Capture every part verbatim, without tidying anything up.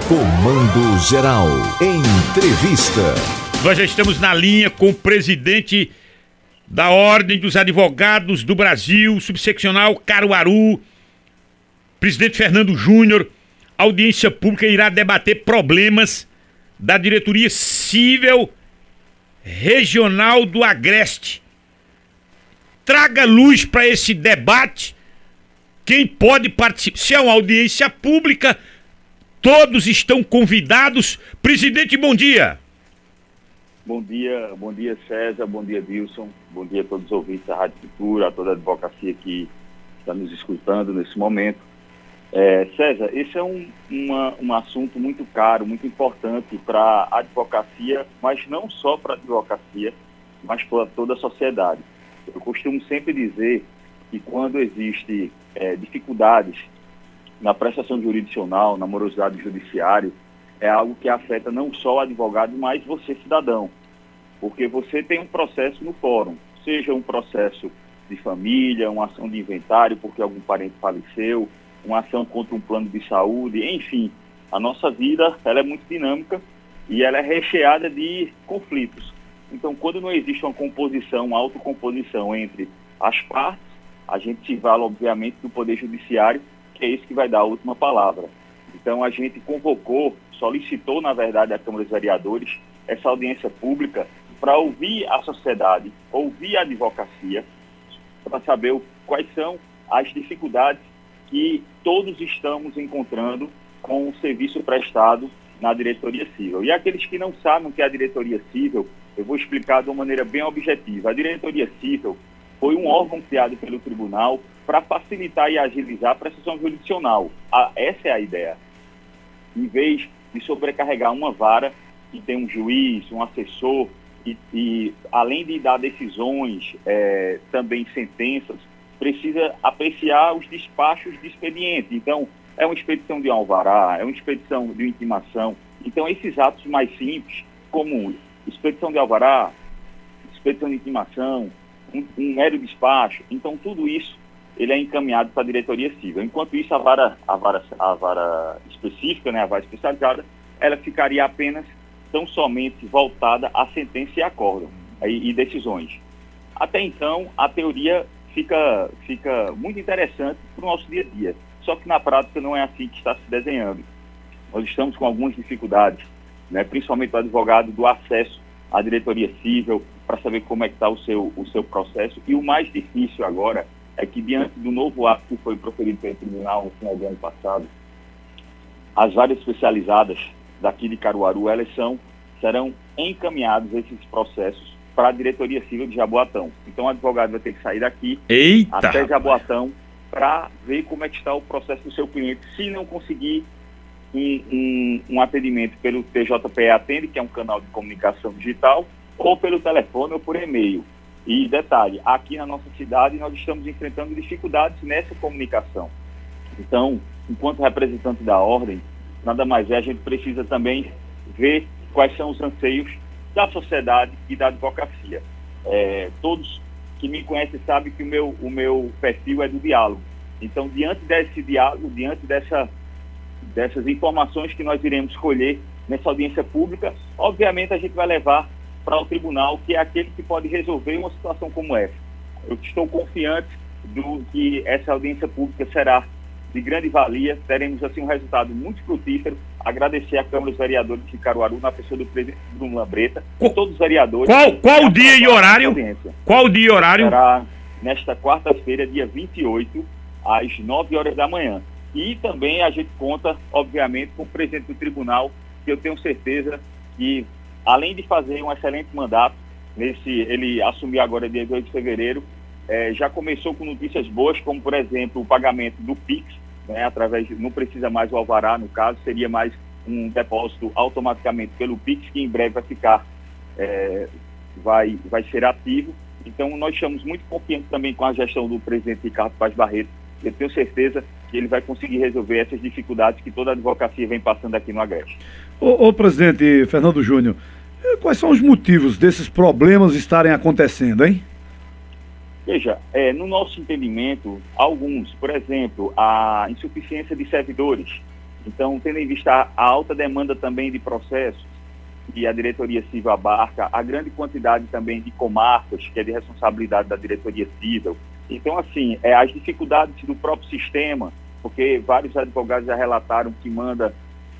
Comando Geral. Entrevista. Nós já estamos na linha com o presidente da Ordem dos Advogados do Brasil, subseccional Caruaru, presidente Fernando Júnior. A audiência pública irá debater problemas da diretoria civil regional do Agreste. Traga luz para esse debate. Quem pode participar? Se é uma audiência pública, todos estão convidados. Presidente, bom dia. Bom dia, bom dia César, bom dia Wilson, bom dia a todos os ouvintes da Rádio Cultura, a toda a advocacia que está nos escutando nesse momento. É, César, esse é um, uma, um assunto muito caro, muito importante para a advocacia, mas não só para a advocacia, mas para toda a sociedade. Eu costumo sempre dizer que quando existe é, dificuldades na prestação jurisdicional, na morosidade do judiciário, é algo que afeta não só o advogado, mas você, cidadão. Porque você tem um processo no fórum, seja um processo de família, uma ação de inventário porque algum parente faleceu, uma ação contra um plano de saúde, enfim. A nossa vida, ela é muito dinâmica e ela é recheada de conflitos. Então, quando não existe uma composição, uma autocomposição entre as partes, a gente se vale, obviamente, do Poder Judiciário, que é isso que vai dar a última palavra. Então, a gente convocou, solicitou, na verdade, à Câmara dos Vereadores essa audiência pública para ouvir a sociedade, ouvir a advocacia, para saber o, quais são as dificuldades que todos estamos encontrando com o serviço prestado na diretoria civil. E aqueles que não sabem o que é a diretoria civil, eu vou explicar de uma maneira bem objetiva. A diretoria civil foi um órgão criado pelo tribunal para facilitar e agilizar a prestação jurisdicional. A, essa é a ideia. Em vez de sobrecarregar uma vara que tem um juiz, um assessor, e, e além de dar decisões, é, também sentenças, precisa apreciar os despachos de expediente. Então, é uma expedição de alvará, é uma expedição de intimação. Então, esses atos mais simples, como expedição de alvará, expedição de intimação, um, um mero despacho, então tudo isso ele é encaminhado para a diretoria civil. Enquanto isso, a vara, a vara, a vara específica, né, a vara especializada, ela ficaria apenas tão somente voltada à sentença e acórdão e, e decisões. Até então, a teoria fica, fica muito interessante para o nosso dia a dia. Só que na prática não é assim que está se desenhando. Nós estamos com algumas dificuldades, né, principalmente o advogado do acesso à diretoria civil, para saber como é que está o seu, o seu processo. E o mais difícil agora é que, diante do novo ato que foi proferido pelo tribunal no final do ano passado, as varas especializadas daqui de Caruaru, elas são, serão encaminhados esses processos para a diretoria civil de Jaboatão. Então o advogado vai ter que sair daqui Eita, até Jaboatão para ver como é que está o processo do seu cliente. Se não conseguir um, um, um atendimento pelo T J P E Atende, que é um canal de comunicação digital, ou pelo telefone ou por e-mail. E detalhe, aqui na nossa cidade nós estamos enfrentando dificuldades nessa comunicação. Então, enquanto representante da ordem, nada mais é, a gente precisa também ver quais são os anseios da sociedade e da advocacia. É, todos que me conhecem sabem que o meu, o meu perfil é do diálogo. Então, diante desse diálogo, diante dessa, dessas informações que nós iremos colher nessa audiência pública, obviamente a gente vai levar para o tribunal, que é aquele que pode resolver uma situação como essa. Eu estou confiante do que essa audiência pública será de grande valia, teremos assim um resultado muito frutífero. Agradecer à Câmara dos Vereadores de Caruaru, na pessoa do presidente Bruno Lambreta, e todos os vereadores. Qual, qual o dia e horário? Qual o dia e horário? Será nesta quarta-feira, dia vinte e oito, às nove horas da manhã. E também a gente conta, obviamente, com o presidente do tribunal, que eu tenho certeza que, além de fazer um excelente mandato, nesse, ele assumiu agora dia dois de fevereiro, é, já começou com notícias boas, como, por exemplo, o pagamento do Pix, né, através de, não precisa mais o alvará, no caso, seria mais um depósito automaticamente pelo Pix, que em breve vai ficar, é, vai, vai ser ativo. Então, nós estamos muito confiantes também com a gestão do presidente Ricardo Paz Barreto. Eu tenho certeza que ele vai conseguir resolver essas dificuldades que toda a advocacia vem passando aqui no Agreste. Ô, ô presidente Fernando Júnior, quais são os motivos desses problemas estarem acontecendo, hein? Veja, é, no nosso entendimento, alguns, por exemplo, a insuficiência de servidores. Então, tendo em vista a alta demanda também de processos, que a diretoria civil abarca, a grande quantidade também de comarcas, que é de responsabilidade da diretoria civil. Então, assim, é, as dificuldades do próprio sistema, porque vários advogados já relataram que manda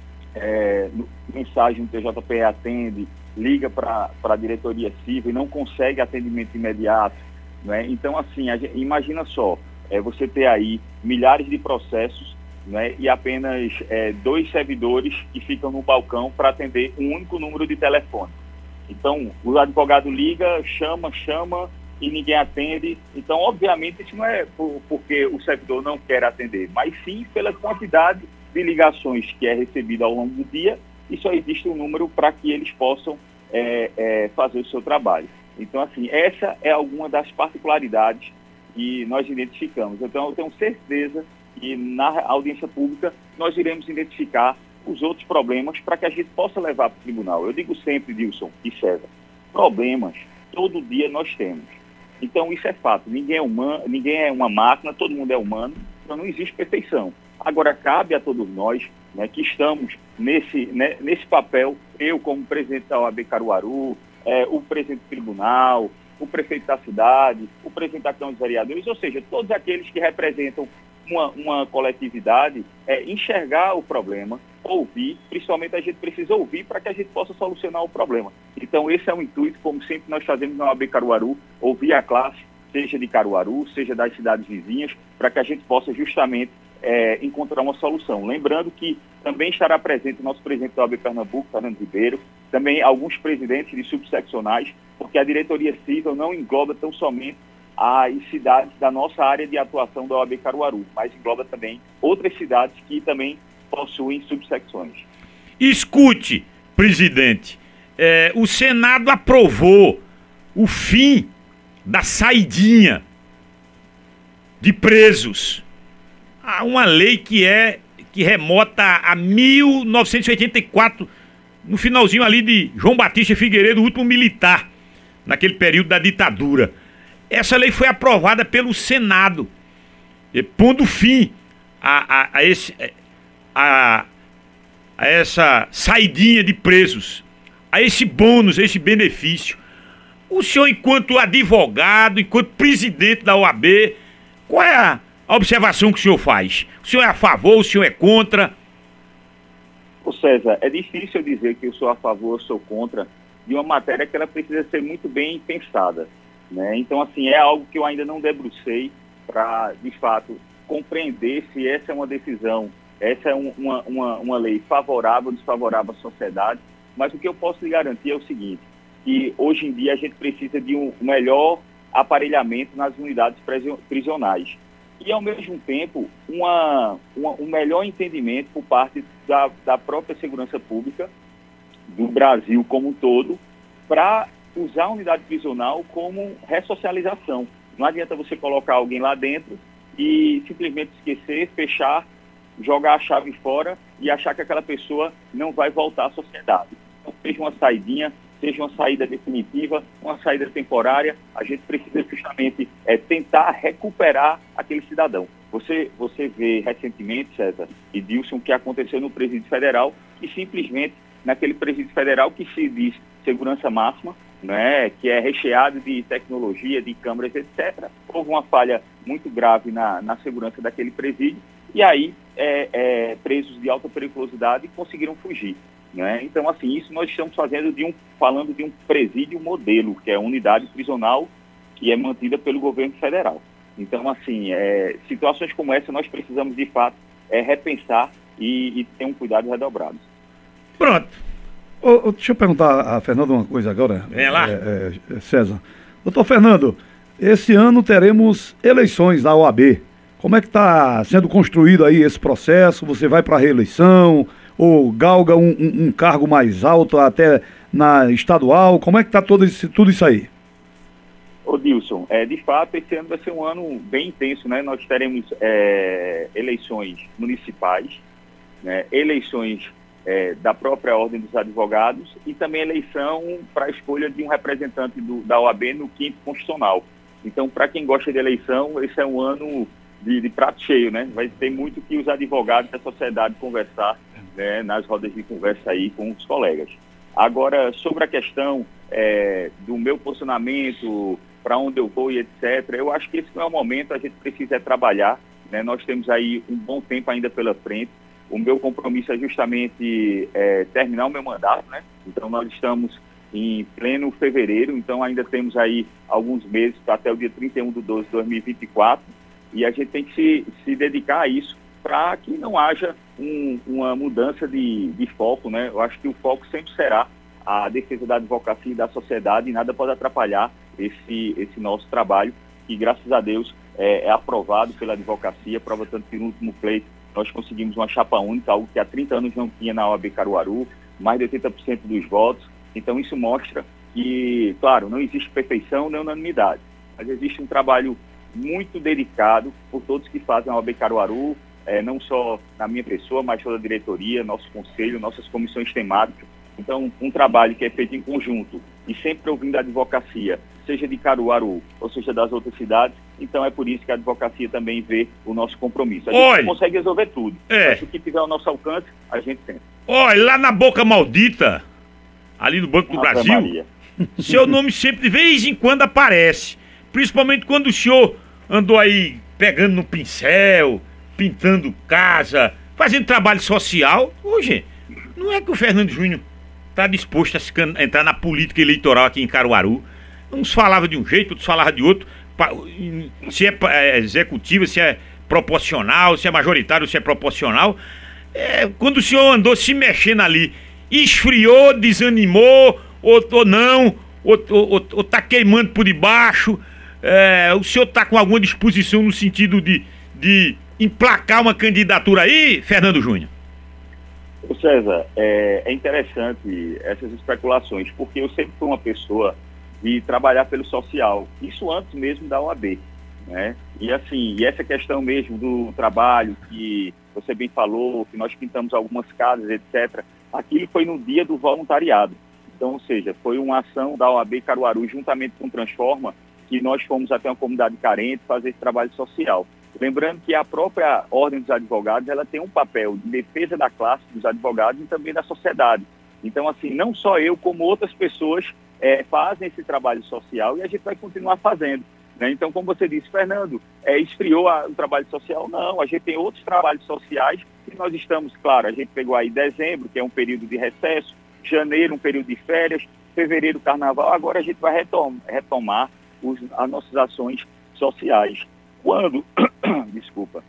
é, mensagem no T J P atende, liga para a diretoria civil e não consegue atendimento imediato, né? Então, assim, a gente, imagina só, é, você ter aí milhares de processos, né, e apenas é, dois servidores que ficam no balcão para atender um único número de telefone. Então, o advogado liga, chama, chama e ninguém atende. Então, obviamente, isso não é por, porque o servidor não quer atender, mas sim pela quantidade de ligações que é recebida ao longo do dia, e só existe um número para que eles possam é, é, fazer o seu trabalho. Então, assim, essa é alguma das particularidades que nós identificamos. Então, eu tenho certeza e na audiência pública nós iremos identificar os outros problemas para que a gente possa levar para o tribunal. Eu digo sempre, Dilson e César, problemas todo dia nós temos. Então isso é fato, ninguém é humano, ninguém é uma máquina, todo mundo é humano, então não existe perfeição. Agora cabe a todos nós, né, que estamos nesse, né, nesse papel, eu como presidente da O A B Caruaru, é, o presidente do tribunal, o prefeito da cidade, o presidente da Câmara dos Vereadores, ou seja, todos aqueles que representam Uma, uma coletividade, é enxergar o problema, ouvir, principalmente a gente precisa ouvir para que a gente possa solucionar o problema. Então esse é o intuito, como sempre nós fazemos na O A B Caruaru, ouvir a classe, seja de Caruaru, seja das cidades vizinhas, para que a gente possa justamente é, encontrar uma solução. Lembrando que também estará presente o nosso presidente da O A B Pernambuco, Fernando Ribeiro, também alguns presidentes de subseccionais, porque a diretoria civil não engloba tão somente as cidades da nossa área de atuação da O A B Caruaru, mas engloba também outras cidades que também possuem subsecções. Escute, presidente, é, o Senado aprovou o fim da saidinha de presos. Há uma lei que é que remota a mil novecentos e oitenta e quatro, no finalzinho ali de João Batista Figueiredo, o último militar, naquele período da ditadura. Essa lei foi aprovada pelo Senado, pondo fim a, a, a, esse, a, a essa saidinha de presos, a esse bônus, a esse benefício. O senhor, enquanto advogado, enquanto presidente da O A B, qual é a, a observação que o senhor faz? O senhor é a favor, o senhor é contra? Ô César, é difícil dizer que eu sou a favor ou sou contra de uma matéria que ela precisa ser muito bem pensada. Né? Então, assim, é algo que eu ainda não debrucei para, de fato, compreender se essa é uma decisão, essa é um, uma, uma, uma lei favorável ou desfavorável à sociedade, mas o que eu posso lhe garantir é o seguinte, que hoje em dia a gente precisa de um melhor aparelhamento nas unidades prisionais e, ao mesmo tempo, uma, uma, um melhor entendimento por parte da, da própria segurança pública do Brasil como um todo para usar a unidade prisional como ressocialização. Não adianta você colocar alguém lá dentro e simplesmente esquecer, fechar, jogar a chave fora e achar que aquela pessoa não vai voltar à sociedade. Então, seja uma saidinha, seja uma saída definitiva, uma saída temporária, a gente precisa justamente é, tentar recuperar aquele cidadão. Você, você vê recentemente, César e Dilson, o que aconteceu no Presídio Federal, e simplesmente naquele Presídio Federal que se diz segurança máxima, né, que é recheado de tecnologia, de câmeras, etcétera. Houve uma falha muito grave na, na segurança daquele presídio e aí é, é, presos de alta periculosidade conseguiram fugir. Né? Então, assim, isso nós estamos fazendo de um, falando de um presídio modelo, que é a unidade prisional que é mantida pelo governo federal. Então, assim, é, situações como essa nós precisamos, de fato, é, repensar e, e ter um cuidado redobrado. Pronto. Ô, ô, deixa eu perguntar a Fernando uma coisa agora. Vem lá. É, é, César. Doutor Fernando, esse ano teremos eleições da O A B. Como é que está sendo construído aí esse processo? Você vai para a reeleição ou galga um, um, um cargo mais alto até na estadual? Como é que está tudo isso, tudo isso aí? Ô Dilson, é, de fato esse ano vai ser um ano bem intenso, né? Nós teremos é, eleições municipais, né? Eleições É, da própria Ordem dos Advogados e também eleição para a escolha de um representante do, da O A B no quinto constitucional. Então, para quem gosta de eleição, esse é um ano de, de prato cheio, né? Vai ter muito que os advogados da sociedade conversar, né, nas rodas de conversa aí com os colegas. Agora, sobre a questão é, do meu posicionamento, para onde eu vou e etcétera, eu acho que esse não é o momento, a gente precisa trabalhar, né? Nós temos aí um bom tempo ainda pela frente. O meu compromisso é justamente é, terminar o meu mandato, né? Então nós estamos em pleno fevereiro, então ainda temos aí alguns meses até o dia trinta e um de doze de dois mil e vinte e quatro, e a gente tem que se, se dedicar a isso para que não haja um, uma mudança de, de foco, né? Eu acho que o foco sempre será a defesa da advocacia e da sociedade, e nada pode atrapalhar esse, esse nosso trabalho, que graças a Deus é, é aprovado pela advocacia, prova tanto que no último pleito nós conseguimos uma chapa única, algo que há trinta anos não tinha na O A B Caruaru, mais de oitenta por cento dos votos. Então isso mostra que, claro, não existe perfeição nem unanimidade, mas existe um trabalho muito dedicado por todos que fazem a O A B Caruaru, é, não só na minha pessoa, mas toda a diretoria, nosso conselho, nossas comissões temáticas. Então, um trabalho que é feito em conjunto e sempre ouvindo a advocacia, seja de Caruaru ou seja das outras cidades, então é por isso que a advocacia também vê o nosso compromisso. A gente Olha, não consegue resolver tudo, é. mas o que tiver ao nosso alcance, a gente tenta. Olha, lá na Boca Maldita, ali no Banco do Ave Brasil, Maria. seu nome sempre de vez em quando aparece. Principalmente quando o senhor andou aí pegando no pincel, pintando casa, fazendo trabalho social. Hoje, não é que o Fernando Júnior está disposto a se can- entrar na política eleitoral aqui em Caruaru. Uns falavam de um jeito, outros falavam de outro. Pa- Se é, pa- é executiva, se é proporcional, se é majoritário, se é proporcional. É, quando o senhor andou se mexendo ali, esfriou, desanimou, ou, ou não, ou, ou, ou, ou tá queimando por debaixo. É, o senhor tá com alguma disposição no sentido de, de emplacar uma candidatura aí, Fernando Júnior? Ô César, é, é interessante essas especulações, porque eu sempre fui uma pessoa de trabalhar pelo social, isso antes mesmo da O A B, né? E assim, e essa questão mesmo do trabalho que você bem falou, que nós pintamos algumas casas, etcétera, aquilo foi no dia do voluntariado. Então, ou seja, foi uma ação da O A B Caruaru juntamente com o Transforma, que nós fomos até uma comunidade carente fazer esse trabalho social. Lembrando que a própria Ordem dos Advogados, ela tem um papel de defesa da classe dos advogados e também da sociedade. Então, assim, não só eu, como outras pessoas é, fazem esse trabalho social e a gente vai continuar fazendo, né? Então, como você disse, Fernando, é, esfriou a, o trabalho social? Não, a gente tem outros trabalhos sociais e nós estamos, claro, a gente pegou aí dezembro, que é um período de recesso, janeiro, um período de férias, fevereiro, carnaval, agora a gente vai retom- retomar os, as nossas ações sociais. Quando, desculpa,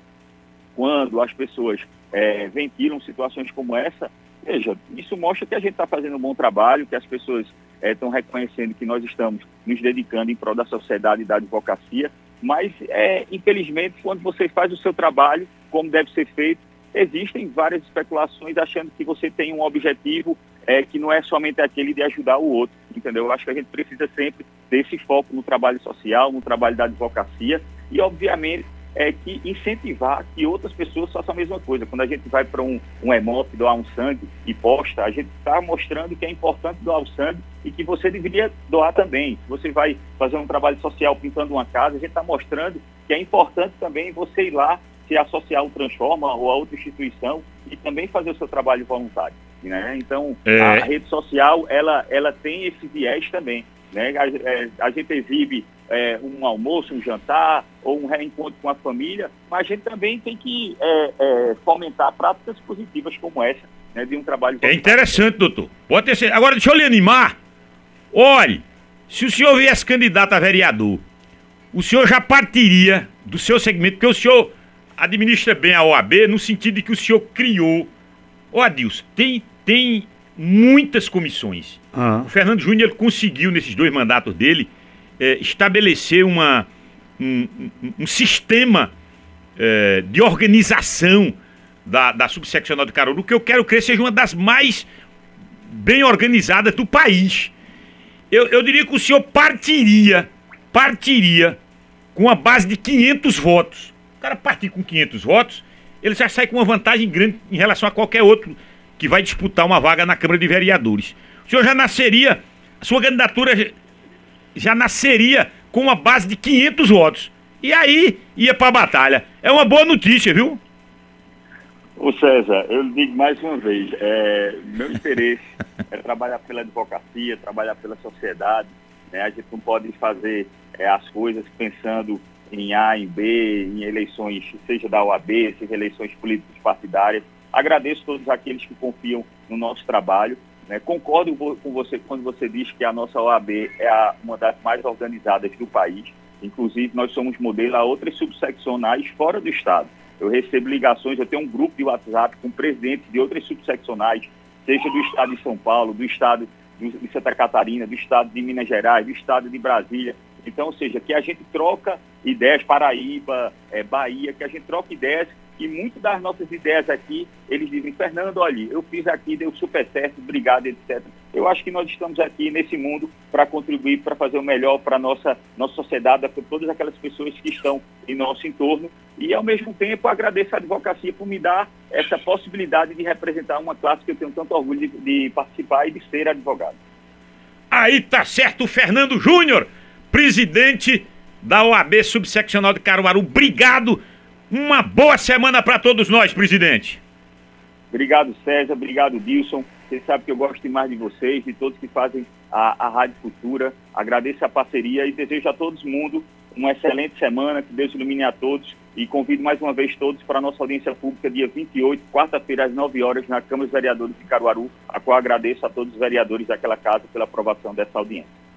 quando as pessoas é, ventilam situações como essa, veja, isso mostra que a gente está fazendo um bom trabalho, que as pessoas estão é, reconhecendo que nós estamos nos dedicando em prol da sociedade e da advocacia, mas, é, infelizmente, quando você faz o seu trabalho como deve ser feito, existem várias especulações achando que você tem um objetivo é, que não é somente aquele de ajudar o outro, entendeu? Eu acho que a gente precisa sempre desse foco no trabalho social, no trabalho da advocacia e, obviamente, é que incentivar que outras pessoas façam a mesma coisa. Quando a gente vai para um, um hemop doar um sangue e posta, a gente está mostrando que é importante doar o sangue e que você deveria doar também. Se você vai fazer um trabalho social pintando uma casa, a gente está mostrando que é importante também você ir lá se associar ao Transforma ou a outra instituição e também fazer o seu trabalho voluntário, né? Então, é. a rede social, ela, ela tem esse viés também, né? A, é, a gente exibe é, um almoço, um jantar ou um reencontro com a família, mas a gente também tem que é, é, fomentar práticas positivas como essa, né, de um trabalho voluntário. É interessante, doutor. Pode ter certeza. Agora, deixa eu lhe animar. Olhe, se o senhor viesse candidato a vereador, o senhor já partiria do seu segmento, porque o senhor administra bem a O A B no sentido de que o senhor criou. Ô Adilson, tem, tem muitas comissões. Ah. O Fernando Júnior conseguiu, nesses dois mandatos dele, é, estabelecer uma, um, um, um sistema é, de organização da, da subseccional de Caruaru, que eu quero crer seja uma das mais bem organizadas do país. Eu, eu diria que o senhor partiria, partiria com a base de quinhentos votos. O cara partir com quinhentos votos, ele já sai com uma vantagem grande em relação a qualquer outro que vai disputar uma vaga na Câmara de Vereadores. O senhor já nasceria, a sua candidatura já nasceria com uma base de quinhentos votos. e aí ia pra batalha. É uma boa notícia, viu? Ô César, eu lhe digo mais uma vez, é, meu interesse é trabalhar pela advocacia, trabalhar pela sociedade, né? A gente não pode fazer é, as coisas pensando em A, em B, em eleições, seja da O A B, seja eleições políticas partidárias. Agradeço a todos aqueles que confiam no nosso trabalho, né? Concordo com você quando você diz que a nossa O A B é a, uma das mais organizadas do país. Inclusive, nós somos modelo a outras subseccionais fora do Estado. Eu recebo ligações, eu tenho um grupo de WhatsApp com presidentes de outras subseccionais, seja do Estado de São Paulo, do Estado de Santa Catarina, do Estado de Minas Gerais, do Estado de Brasília. Então, ou seja, que a gente troca ideias, Paraíba, é, Bahia, que a gente troca ideias, e muitas das nossas ideias aqui, eles dizem, Fernando, olha, eu fiz aqui, deu super certo, obrigado, etcétera. Eu acho que nós estamos aqui nesse mundo para contribuir, para fazer o melhor para a nossa, nossa sociedade, para todas aquelas pessoas que estão em nosso entorno, e ao mesmo tempo agradeço a advocacia por me dar essa possibilidade de representar uma classe que eu tenho tanto orgulho de, de participar e de ser advogado. Aí tá certo, Fernando Júnior, presidente da O A B Subseccional de Caruaru. Obrigado, uma boa semana para todos nós, presidente. Obrigado, César, obrigado, Dilson. Você sabe que eu gosto demais de vocês, de todos que fazem a, a Rádio Futura. Agradeço a parceria e desejo a todo mundo uma excelente semana, que Deus ilumine a todos, e convido mais uma vez todos para a nossa audiência pública dia vinte e oito, quarta-feira às nove horas, na Câmara dos Vereadores de Caruaru, a qual agradeço a todos os vereadores daquela casa pela aprovação dessa audiência.